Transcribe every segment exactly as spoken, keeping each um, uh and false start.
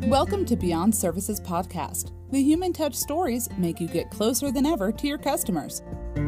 Welcome to Beyond Services Podcast. The human touch stories make you get closer than ever to your customers.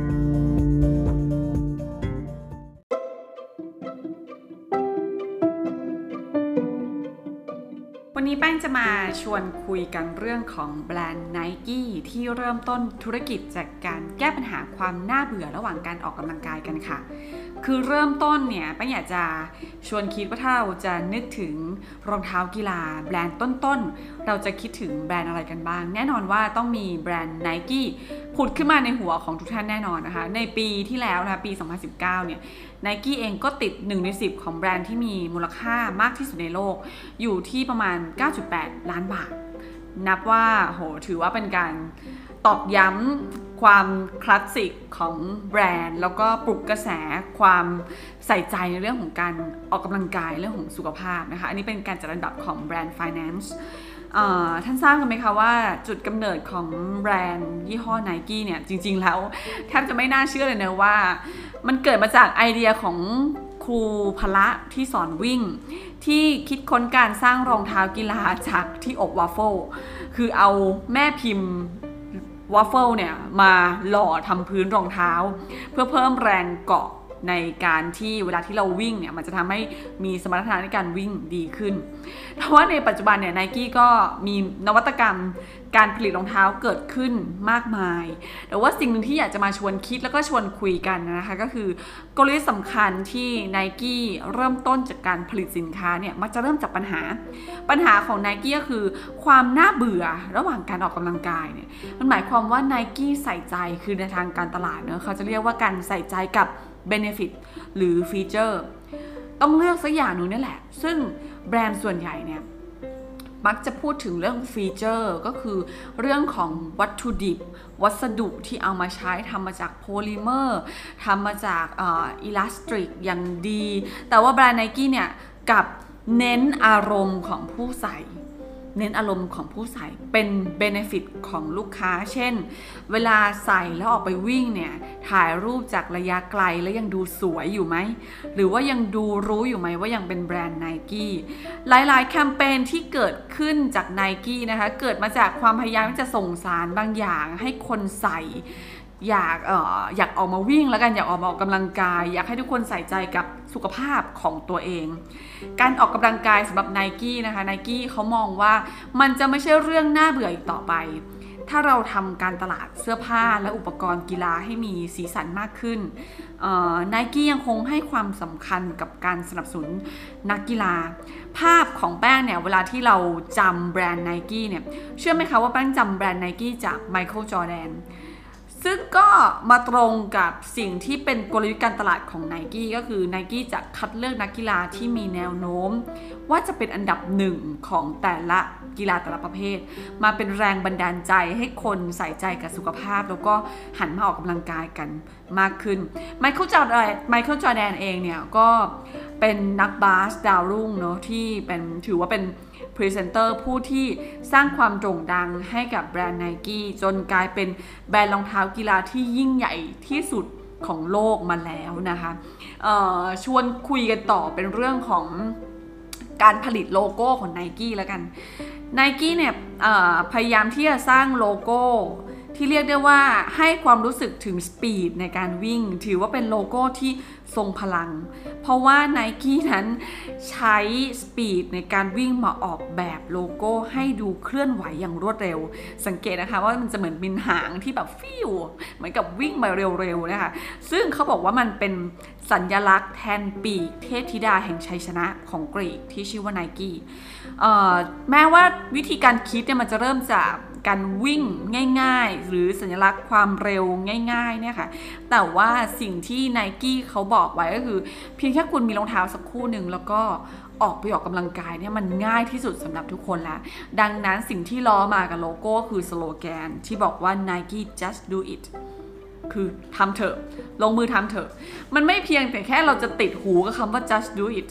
วันนี้แป้งจะมาชวนคุยกันเรื่องของแบรนด์ Nike ที่เริ่มต้นธุรกิจจากการแก้ปัญหาความน่าเบื่อระหว่างการออกกำลังกายกันค่ะคือเริ่มต้นเนี่ยแป้งอยากจะชวนคิดว่าถ้าเราจะนึกถึงรองเท้ากีฬาแบรนด์ต้นๆเราจะคิดถึงแบรนด์อะไรกันบ้างแน่นอนว่าต้องมีแบรนด์ Nike ผุดขึ้นมาในหัวของทุกท่านแน่นอนนะคะในปีที่แล้วนะคะปีสองพันสิบเก้าเนี่ย Nike เองก็ติดหนึ่งในสิบของแบรนด์ที่มีมูลค่ามากที่สุดในโลกอยู่ที่ประมาณ เก้าจุดแปด ล้านบาทนับว่าโหถือว่าเป็นการตอกย้ำความคลาสสิกของแบรนด์แล้วก็ปลุกกระแสความใส่ใจในเรื่องของการออกกำลังกายเรื่องของสุขภาพนะคะอันนี้เป็นการจัดอันดับของแบรนด์ Finance ท่านทราบกันไหมคะว่าจุดกำเนิดของแบรนด์ยี่ห้อ Nike เนี่ยจริงๆแล้วแทบจะไม่น่าเชื่อเลยนะว่ามันเกิดมาจากไอเดียของครูพละที่สอนวิ่งที่คิดค้นการสร้างรองเท้ากีฬาจากที่อบวาฟเฟิลคือเอาแม่พิมพ์วาฟเฟิลเนี่ยมาหล่อทำพื้นรองเท้าเพื่อเพิ่มแรงเกาะในการที่เวลาที่เราวิ่งเนี่ยมันจะทำให้มีสมรรถนะในการวิ่งดีขึ้นเพราะว่าในปัจจุบันเนี่ย Nike ก็มีนวัตกรรมการผลิตรองเท้าเกิดขึ้นมากมายแต่ว่าสิ่งหนึ่งที่อยากจะมาชวนคิดแล้วก็ชวนคุยกันนะคะก็คือกลยุทธ์สำคัญที่ Nike เริ่มต้นจากการผลิตสินค้าเนี่ยมักจะเริ่มจากปัญหาปัญหาของ Nike ก็คือความน่าเบื่อระหว่างการออกกำลังกายเนี่ยมันหมายความว่า Nike ใส่ใจคือในทางการตลาดเนอะเขาจะเรียกว่าการใส่ใจกับbenefit หรือฟีเจอร์ต้องเลือกสักอย่างหนึ่งนี่แหละซึ่งแบรนด์ส่วนใหญ่เนี่ยมักจะพูดถึงเรื่องฟีเจอร์ก็คือเรื่องของวัตถุดิบวัสดุที่เอามาใช้ทำมาจากโพลิเมอร์ทำมาจากอิลาสติกอย่างดีแต่ว่าแบรนด์ Nike เนี่ยกับเน้นอารมณ์ของผู้ใส่เน้นอารมณ์ของผู้ใส่เป็นเบเนฟิตของลูกค้าเช่นเวลาใส่แล้วออกไปวิ่งเนี่ยถ่ายรูปจากระยะไกลแล้วยังดูสวยอยู่ไหมหรือว่ายังดูรู้อยู่ไหมว่ายังเป็นแบรนด์ Nike หลายๆแคมเปญที่เกิดขึ้นจาก Nike นะคะเกิดมาจากความพยายามที่จะส่งสารบางอย่างให้คนใส่อยากเอ่ออยากออกมาวิ่งแล้วกันอยากออกมาออกกำลังกายอยากให้ทุกคนใส่ใจกับสุขภาพของตัวเองการออกกำลังกายสำหรับ Nike นะคะ Nike เขามองว่ามันจะไม่ใช่เรื่องน่าเบื่ออีกต่อไปถ้าเราทำการตลาดเสื้อผ้าและอุปกรณ์กีฬาให้มีสีสันมากขึ้นเอ่อ Nike ยังคงให้ความสำคัญกับการสนับสนุนนักกีฬาภาพของแป้งเนี่ยเวลาที่เราจำแบรนด์ Nike เนี่ยเชื่อไหมคะว่าแป้งจำแบรนด์ Nike จาก Michael Jordanซึ่งก็มาตรงกับสิ่งที่เป็นกลยุทธ์การตลาดของ Nike ก็คือ Nike จะคัดเลือกนักกีฬาที่มีแนวโน้มว่าจะเป็นอันดับหนึ่งของแต่ละกีฬาแต่ละประเภทมาเป็นแรงบันดาลใจให้คนใส่ใจกับสุขภาพแล้วก็หันมาออกกำลังกายกันมากขึ้น Michael Jordan Michael Jordan เองเนี่ยก็เป็นนักบาสดาวรุ่งเนาะที่เป็นถือว่าเป็นพรีเซนเตอร์ผู้ที่สร้างความโด่งดังให้กับแบรนด์ Nike จนกลายเป็นแบรนด์รองเท้ากีฬาที่ยิ่งใหญ่ที่สุดของโลกมาแล้วนะคะชวนคุยกันต่อเป็นเรื่องของการผลิตโลโก้ของ Nike แล้วกัน Nike เนี่ยพยายามที่จะสร้างโลโก้ที่เรียกได้ว่าให้ความรู้สึกถึงสปีดในการวิ่งถือว่าเป็นโลโก้ที่ทรงพลังเพราะว่า Nike นั้นใช้สปีดในการวิ่งมาออกแบบโลโก้ให้ดูเคลื่อนไหวอย่างรวดเร็วสังเกตนะคะว่ามันจะเหมือนบินหางที่แบบฟิวเหมือนกับวิ่งมาเร็วๆนะคะซึ่งเขาบอกว่ามันเป็นสัญลักษณ์แทนปีกเทพธิดาแห่งชัยชนะของกรีกที่ชื่อว่า Nike แม้ว่าวิธีการคิดเนี่ยมันจะเริ่มจากการวิ่งง่ายๆหรือสัญลักษณ์ความเร็วง่ายๆเนี่ยค่ะแต่ว่าสิ่งที่ Nike เขาบอกไว้ก็คือเพียงแค่คุณมีรองเท้าสักคู่หนึ่งแล้วก็ออกไปออกกำลังกายเนี่ยมันง่ายที่สุดสำหรับทุกคนแล้วดังนั้นสิ่งที่ล้อมากับโลโก้คือสโลแกนที่บอกว่า Nike just do it คือทำเถอะลงมือทำเถอะมันไม่เพียงแต่แค่เราจะติดหูกับคำว่า just do it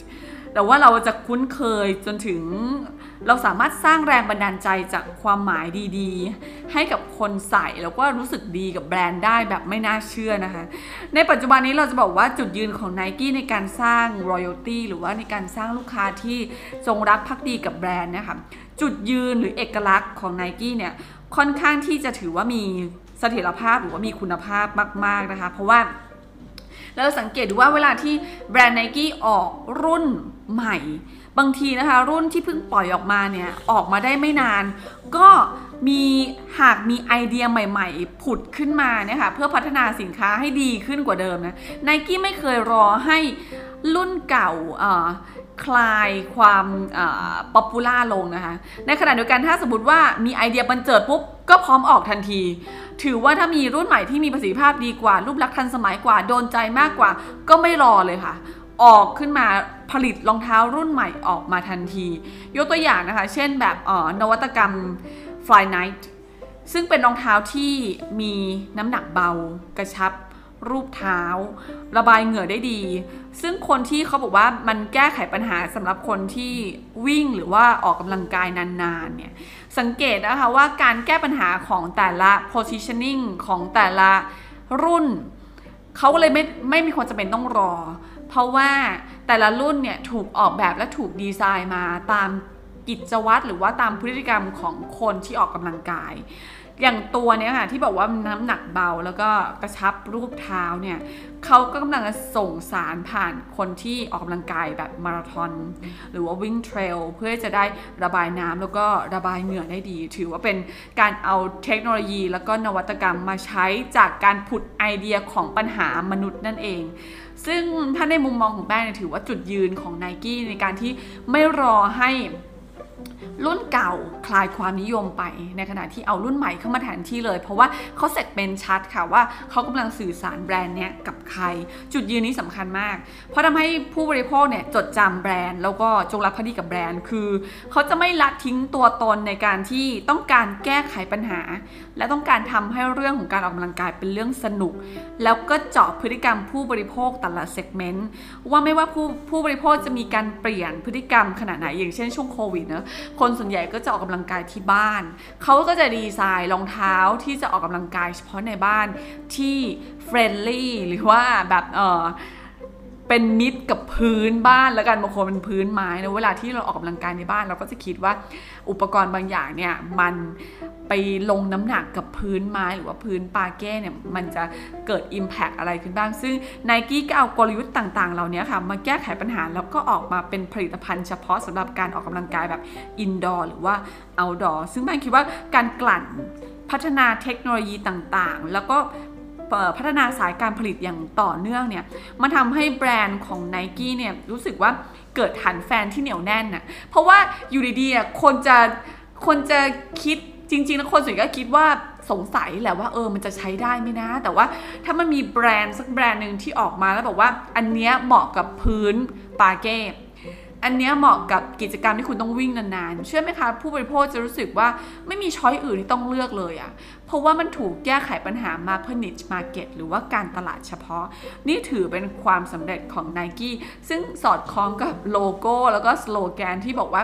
แต่ว่าเราจะคุ้นเคยจนถึงเราสามารถสร้างแรงบันดาลใจจากความหมายดีๆให้กับคนใส่แล้วก็รู้สึกดีกับแบรนด์ได้แบบไม่น่าเชื่อนะคะในปัจจุบันนี้เราจะบอกว่าจุดยืนของ Nike ในการสร้าง royalty หรือว่าในการสร้างลูกค้าที่จงรักภักดีกับแบรนด์นะคะจุดยืนหรือเอกลักษณ์ของ Nike เนี่ยค่อนข้างที่จะถือว่ามีเสถียรภาพหรือว่ามีคุณภาพมากๆนะคะเพราะว่าเราสังเกตดูว่าเวลาที่แบรนด์ Nike ออกรุ่นใหม่บางทีนะคะรุ่นที่เพิ่งปล่อยออกมาเนี่ยออกมาได้ไม่นานก็มีหากมีไอเดียใหม่ๆผุดขึ้นมาเนี่ยค่ะเพื่อพัฒนาสินค้าให้ดีขึ้นกว่าเดิมนะ Nike ไม่เคยรอให้รุ่นเก่าคลายความป๊อปปูล่าลงนะคะในขณะเดียวกันถ้าสมมติว่ามีไอเดียบันเจิดปุ๊บก็พร้อมออกทันทีถือว่าถ้ามีรุ่นใหม่ที่มีประสิทธิภาพดีกว่ารูปลักษณ์ทันสมัยกว่าโดนใจมากกว่าก็ไม่รอเลยค่ะออกขึ้นมาผลิตรองเท้ารุ่นใหม่ออกมาทันทียกตัวอย่างนะคะเช่นแบบนวัตกรรม Flyknit ซึ่งเป็นรองเท้าที่มีน้ำหนักเบากระชับรูปเท้าระบายเหงื่อได้ดีซึ่งคนที่เขาบอกว่ามันแก้ไขปัญหาสำหรับคนที่วิ่งหรือว่าออกกำลังกายนานๆเนี่ยสังเกตนะคะว่าการแก้ปัญหาของแต่ละ positioning ของแต่ละรุ่นเขาก็เลยไม่ไม่มีความจำเป็นต้องรอเพราะว่าแต่ละรุ่นเนี่ยถูกออกแบบและถูกดีไซน์มาตามกิจวัตรหรือว่าตามพฤติกรรมของคนที่ออกกำลังกายอย่างตัวเนี้ยค่ะที่บอกว่าน้ำหนักเบาแล้วก็กระชับรูปเท้าเนี่ยเขาก็กำลังจะส่งสารผ่านคนที่ออกกำลังกายแบบมาราธอนหรือว่าวิ่งเทรลเพื่อจะได้ระบายน้ำแล้วก็ระบายเหงื่อได้ดีถือว่าเป็นการเอาเทคโนโลยีแล้วก็นวัตกรรมมาใช้จากการผุดไอเดียของปัญหามนุษย์นั่นเองซึ่งถ้าในมุมมองของแป้งเนี่ยถือว่าจุดยืนของ Nike ในการที่ไม่รอให้รุ่นเก่าคลายความนิยมไปในขณะที่เอารุ่นใหม่เข้ามาแทนที่เลยเพราะว่าเขาเสร็จเป็นชัดค่ะว่าเขากำลังสื่อสารแบรนด์เนี้ยกับใครจุดยืนนี้สำคัญมากเพราะทำให้ผู้บริโภคเนี่ยจดจำแบรนด์แล้วก็จงรักภักดีกับแบรนด์คือเขาจะไม่ละทิ้งตัวตนในการที่ต้องการแก้ไขปัญหาและต้องการทำให้เรื่องของการออกกำลังกายเป็นเรื่องสนุกแล้วก็เจาะพฤติกรรมผู้บริโภคแต่ละเซกเมนต์ว่าไม่ว่าผู้ผู้บริโภคจะมีการเปลี่ยนพฤติกรรมขนาดไหนอย่างเช่นช่วงโควิดนะคนส่วนใหญ่ก็จะออกกำลังกายที่บ้านเขาก็จะดีไซน์รองเท้าที่จะออกกำลังกายเฉพาะในบ้านที่เฟรนลี่หรือว่าแบบเออเป็นมิตรกับพื้นบ้านแล้วกันบางคนเป็นพื้นไม้นะเวลาที่เราออกกำลังกายในบ้านเราก็จะคิดว่าอุปกรณ์บางอย่างเนี่ยมันไปลงน้ำหนักกับพื้นไม้หรือว่าพื้นปาเก้เนี่ยมันจะเกิด impact อะไรขึ้นบ้างซึ่ง Nike ก็เอากลยุทธ์ต่างๆเหล่านี้ค่ะมาแก้ไขปัญหาแล้วก็ออกมาเป็นผลิตภัณฑ์เฉพาะสำหรับการออกกำลังกายแบบ indoor หรือว่า outdoor ซึ่งแม่คิดว่าการกลั่นพัฒนาเทคโนโลยีต่างๆแล้วก็พัฒนาสายการผลิตอย่างต่อเนื่องเนี่ยมันทำให้แบรนด์ของ Nike เนี่ยรู้สึกว่าเกิดฐานแฟนที่เหนียวแน่นน่ะเพราะว่าอยู่ดีๆคนจะคนจะคิดจริงๆแล้วคนส่วนใหญ่ก็คิดว่าสงสัยแหละว่าเออมันจะใช้ได้ไหมนะแต่ว่าถ้ามันมีแบรนด์สักแบรนด์หนึ่งที่ออกมาแล้วบอกว่าอันเนี้ยเหมาะกับพื้นปาเก้อันเนี้ยเหมาะกับกิจกรรมที่คุณต้องวิ่งนานๆเชื่อไหมคะผู้บริโภคจะรู้สึกว่าไม่มีช้อยอื่นที่ต้องเลือกเลยอะเพราะว่ามันถูกแก้ไขปัญหามาเพื่อ niche market หรือว่าการตลาดเฉพาะนี่ถือเป็นความสำเร็จของ Nike ซึ่งสอดคล้องกับโลโก้แล้วก็สโลแกนที่บอกว่า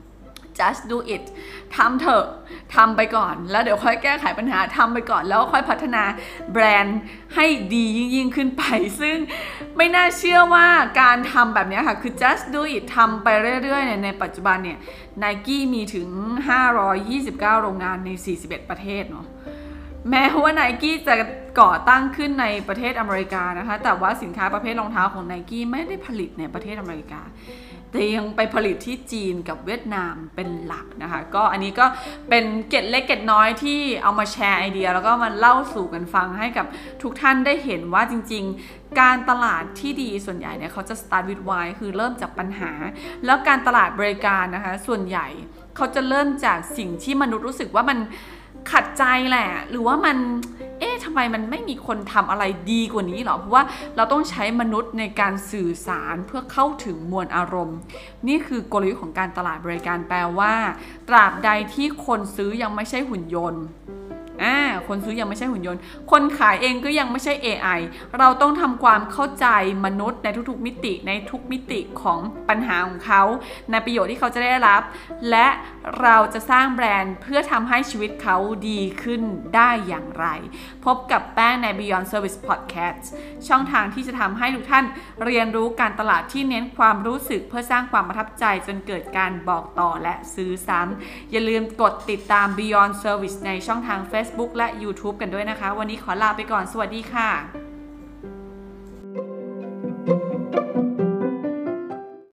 just do it ทำเถอะทำไปก่อนแล้วเดี๋ยวค่อยแก้ไขปัญหาทำไปก่อนแล้วค่อยพัฒนาแบรนด์ให้ดียิ่งๆขึ้นไปซึ่งไม่น่าเชื่อว่าการทำแบบนี้ค่ะคือ just do it ทำไปเรื่อยๆเนี่ยในปัจจุบันเนี่ย Nike มีถึงห้าร้อยยี่สิบเก้าโรงงานในสี่สิบเอ็ดประเทศเนาะแม้ว่า Nike จะก่อตั้งขึ้นในประเทศอเมริกานะคะแต่ว่าสินค้าประเภทรองเท้าของ Nike ไม่ได้ผลิตในประเทศอเมริกาแต่ยังไปผลิตที่จีนกับเวียดนามเป็นหลักนะคะก็อันนี้ก็เป็นเกร็ดเล็กเกร็ดน้อยที่เอามาแชร์ไอเดียแล้วก็มาเล่าสู่กันฟังให้กับทุกท่านได้เห็นว่าจริงๆการตลาดที่ดีส่วนใหญ่เนี่ยเขาจะ start with why คือเริ่มจากปัญหาแล้วการตลาดบริการนะคะส่วนใหญ่เขาจะเริ่มจากสิ่งที่มนุษย์รู้สึกว่ามันขัดใจแหละหรือว่ามันเอ๊ะทำไมมันไม่มีคนทำอะไรดีกว่านี้หรอเพราะว่าเราต้องใช้มนุษย์ในการสื่อสารเพื่อเข้าถึงมวลอารมณ์นี่คือกลยุทธ์ของการตลาดบริการแปลว่าตราบใดที่คนซื้อยังไม่ใช่หุ่นยนต์อ่าคนซื้อยังไม่ใช่หุ่นยนต์คนขายเองก็ยังไม่ใช่ เอ ไอ เราต้องทำความเข้าใจมนุษย์ในทุกๆมิติในทุกมิติของปัญหาของเขาในประโยชน์ที่เขาจะได้รับและเราจะสร้างแบรนด์เพื่อทำให้ชีวิตเขาดีขึ้นได้อย่างไรพบกับแป้งใน Beyond Service Podcast ช่องทางที่จะทำให้ทุกท่านเรียนรู้การตลาดที่เน้นความรู้สึกเพื่อสร้างความประทับใจจนเกิดการบอกต่อและซื้อซ้ำอย่าลืมกดติดตาม Beyond Service ในช่องทาง Facebook และ YouTube กันด้วยนะคะวันนี้ขอลาไปก่อนสวัสดีค่ะ